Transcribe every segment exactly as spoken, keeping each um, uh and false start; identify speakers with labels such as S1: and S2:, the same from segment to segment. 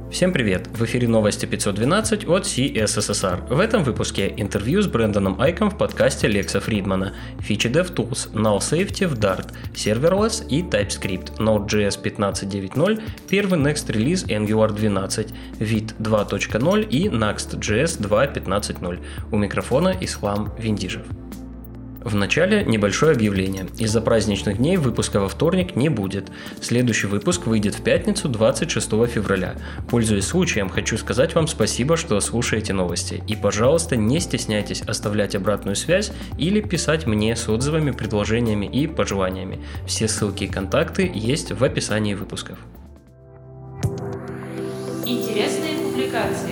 S1: Всем привет! В эфире новости пятьсот двенадцать от си эс эс эс ар. В этом выпуске интервью с Брэндоном Айком в подкасте Лекса Фридмана, фичи DevTools, Null Safety в Dart, Serverless и TypeScript, Node.js пятнадцать девять ноль, первый Next релиз Angular двенадцать, Vite два точка ноль и Next.js два пятнадцать ноль. У микрофона Ислам Виндижев. В начале небольшое объявление. Из-за праздничных дней выпуска во вторник не будет. Следующий выпуск выйдет в пятницу двадцать шестого февраля. Пользуясь случаем, хочу сказать вам спасибо, что слушаете новости. И, пожалуйста, не стесняйтесь оставлять обратную связь или писать мне с отзывами, предложениями и пожеланиями. Все ссылки и контакты есть в описании выпусков.
S2: Интересные публикации.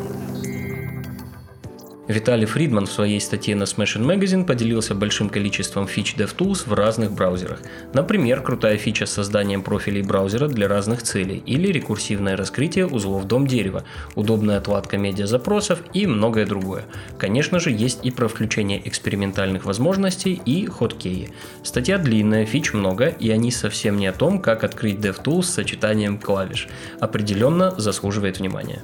S1: Виталий Фридман в своей статье на Smashing Magazine поделился большим количеством фич DevTools в разных браузерах. Например, крутая фича с созданием профилей браузера для разных целей или рекурсивное раскрытие узлов дом дерева, удобная отладка медиазапросов и многое другое. Конечно же, есть и про включение экспериментальных возможностей и хоткеи. Статья длинная, фич много, и они совсем не о том, как открыть DevTools с сочетанием клавиш. Определенно заслуживает внимания.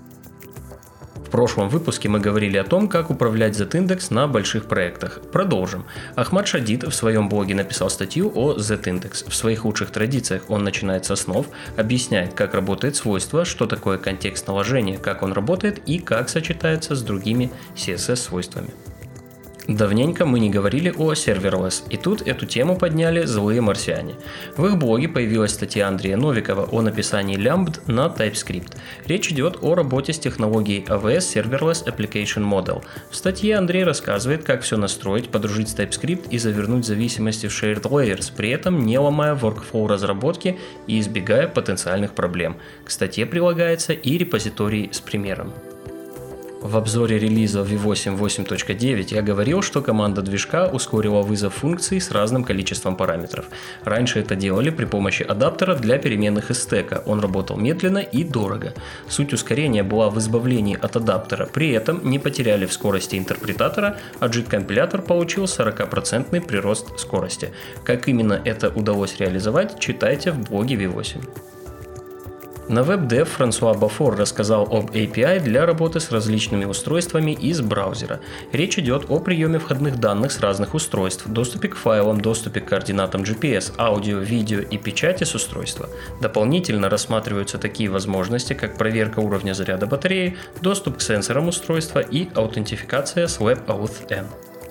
S1: В прошлом выпуске мы говорили о том, как управлять Z-индекс на больших проектах. Продолжим. Ахмад Шадид в своем блоге написал статью о Z-индекс. В своих лучших традициях он начинает с основ, объясняет, как работает свойство, что такое контекст наложения, как он работает и как сочетается с другими си эс эс-свойствами. Давненько мы не говорили о Serverless, и тут эту тему подняли злые марсиане. В их блоге появилась статья Андрея Новикова о написании лямбд на TypeScript. Речь идет о работе с технологией эй ви эс Serverless Application Model. В статье Андрей рассказывает, как все настроить, подружить с TypeScript и завернуть зависимости в shared layers, при этом не ломая workflow разработки и избегая потенциальных проблем. К статье прилагается и репозиторий с примером. В обзоре релиза ви восемь восемь точка девять я говорил, что команда движка ускорила вызов функций с разным количеством параметров. Раньше это делали при помощи адаптера для переменных из стека, он работал медленно и дорого. Суть ускорения была в избавлении от адаптера, при этом не потеряли в скорости интерпретатора, а JIT-компилятор получил сорок процентов прирост скорости. Как именно это удалось реализовать, читайте в блоге ви восемь. На WebDev Франсуа Бафор рассказал об эй пи ай для работы с различными устройствами из браузера. Речь идет о приеме входных данных с разных устройств, доступе к файлам, доступе к координатам джи пи эс, аудио, видео и печати с устройства. Дополнительно рассматриваются такие возможности, как проверка уровня заряда батареи, доступ к сенсорам устройства и аутентификация с WebAuthn.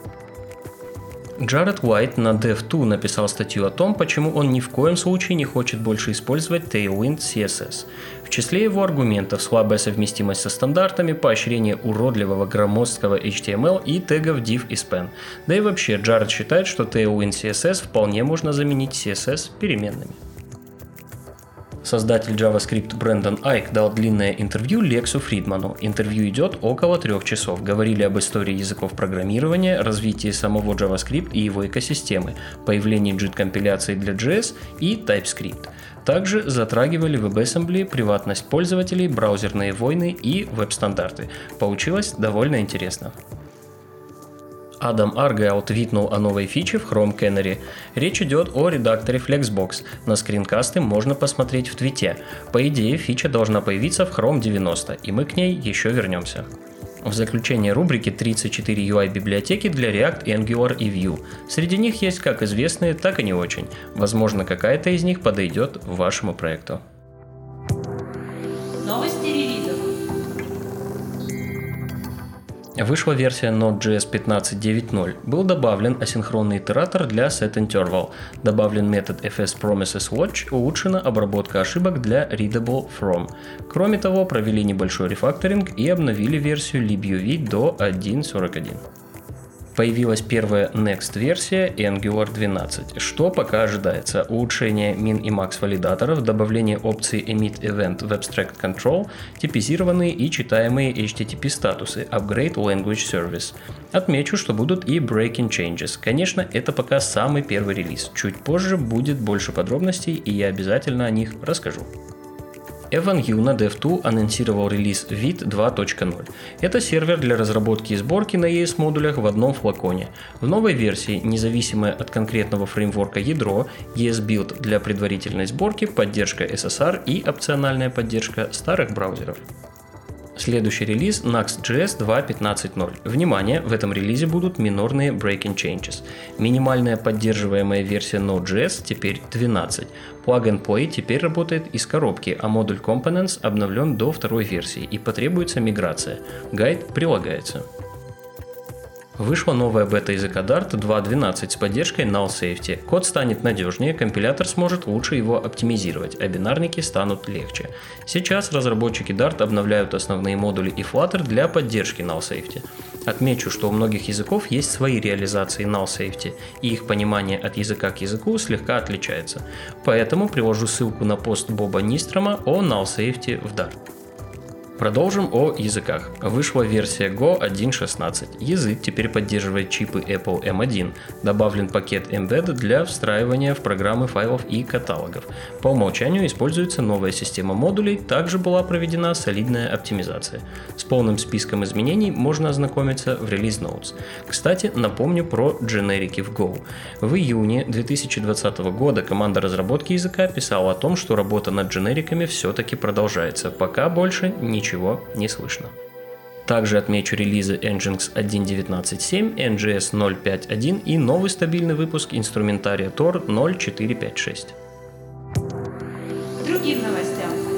S1: Джаред Уайт на дев два написал статью о том, почему он ни в коем случае не хочет больше использовать Tailwind си эс эс. В числе его аргументов слабая совместимость со стандартами, поощрение уродливого громоздкого эйч ти эм эл и тегов div и span. Да и вообще, Джаред считает, что Tailwind си эс эс вполне можно заменить си эс эс переменными. Создатель JavaScript Брэндон Айк дал длинное интервью Лексу Фридману. Интервью идет около трех часов. Говорили об истории языков программирования, развитии самого JavaScript и его экосистемы, появлении JIT-компиляции для джей эс и TypeScript. Также затрагивали WebAssembly, приватность пользователей, браузерные войны и веб-стандарты. Получилось довольно интересно. Адам Аргайл твитнул о новой фиче в Chrome Canary. Речь идет о редакторе Flexbox. На скринкасты можно посмотреть в твите. По идее, фича должна появиться в Chrome девяносто, и мы к ней еще вернемся. В заключение рубрики тридцать четыре ю ай-библиотеки для React, Angular и Vue. Среди них есть как известные, так и не очень. Возможно, какая-то из них подойдет вашему проекту.
S2: Новости релизов.
S1: Вышла версия Node.js пятнадцать девять ноль. Был добавлен асинхронный итератор для setInterval. Добавлен метод эф эс Promises Watch, улучшена обработка ошибок для readable from. Кроме того, провели небольшой рефакторинг и обновили версию libuv до один точка сорок один. Появилась первая Next-версия Angular двенадцать. Что пока ожидается? Улучшение min и max валидаторов, добавление опции Emit Event в Abstract Control, типизированные и читаемые эйч ти ти пи статусы, Upgrade Language Service. Отмечу, что будут и Breaking Changes. Конечно, это пока самый первый релиз. Чуть позже будет больше подробностей, и я обязательно о них расскажу. Evan You на DevTool анонсировал релиз Vite два точка ноль. Это сервер для разработки и сборки на и эс модулях в одном флаконе. В новой версии независимое от конкретного фреймворка ядро, и эс Build для предварительной сборки, поддержка эс эс ар и опциональная поддержка старых браузеров. Следующий релиз Nuxt.js два точка пятнадцать точка ноль. Внимание, в этом релизе будут минорные breaking changes. Минимальная поддерживаемая версия Node.js теперь двенадцать. Plug and Play теперь работает из коробки, а модуль Components обновлен до второй версии и потребуется миграция. Гайд прилагается. Вышла новая бета языка Dart два точка двенадцать с поддержкой Null Safety. Код станет надежнее, компилятор сможет лучше его оптимизировать, а бинарники станут легче. Сейчас разработчики Dart обновляют основные модули и Flutter для поддержки Null Safety. Отмечу, что у многих языков есть свои реализации Null Safety, и их понимание от языка к языку слегка отличается. Поэтому привожу ссылку на пост Боба Нистрома о Null Safety в Dart. Продолжим о языках. Вышла версия Go один точка шестнадцать. Язык теперь поддерживает чипы Apple эм один. Добавлен пакет Embed для встраивания в программы файлов и каталогов. По умолчанию используется новая система модулей, также была проведена солидная оптимизация. С полным списком изменений можно ознакомиться в Release Notes. Кстати, напомню про дженерики в Go. В июне две тысячи двадцатого года команда разработки языка писала о том, что работа над дженериками все-таки продолжается, пока больше ничего Ничего не слышно. Также отмечу релизы Nginx один точка девятнадцать точка семь, эн джи эс ноль точка пять точка один и новый стабильный выпуск инструментария Tor ноль точка четыре точка пять точка шесть.
S2: Другим новостям.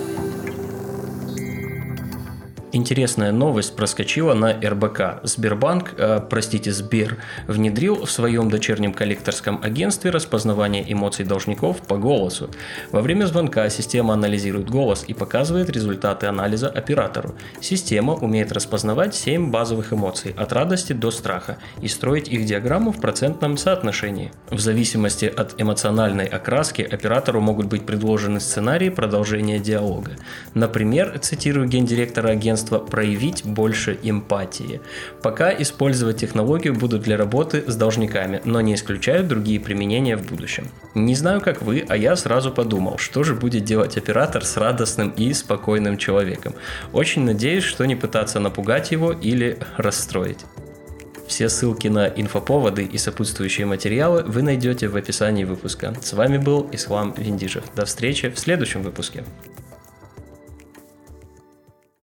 S1: Интересная новость проскочила на эр бэ ка. Сбербанк, э, простите, Сбер, внедрил в своем дочернем коллекторском агентстве распознавание эмоций должников по голосу. Во время звонка система анализирует голос и показывает результаты анализа оператору. Система умеет распознавать семь базовых эмоций, от радости до страха, и строить их диаграмму в процентном соотношении. В зависимости от эмоциональной окраски оператору могут быть предложены сценарии продолжения диалога. Например, цитирую гендиректора агентства, проявить больше эмпатии. Пока использовать технологию будут для работы с должниками, но не исключают другие применения в будущем. Не знаю, как вы, а я сразу подумал, что же будет делать оператор с радостным и спокойным человеком. Очень надеюсь, что не пытаться напугать его или расстроить. Все ссылки на инфоповоды и сопутствующие материалы вы найдете в описании выпуска. С вами был Ислам Виндижев. До встречи в следующем выпуске.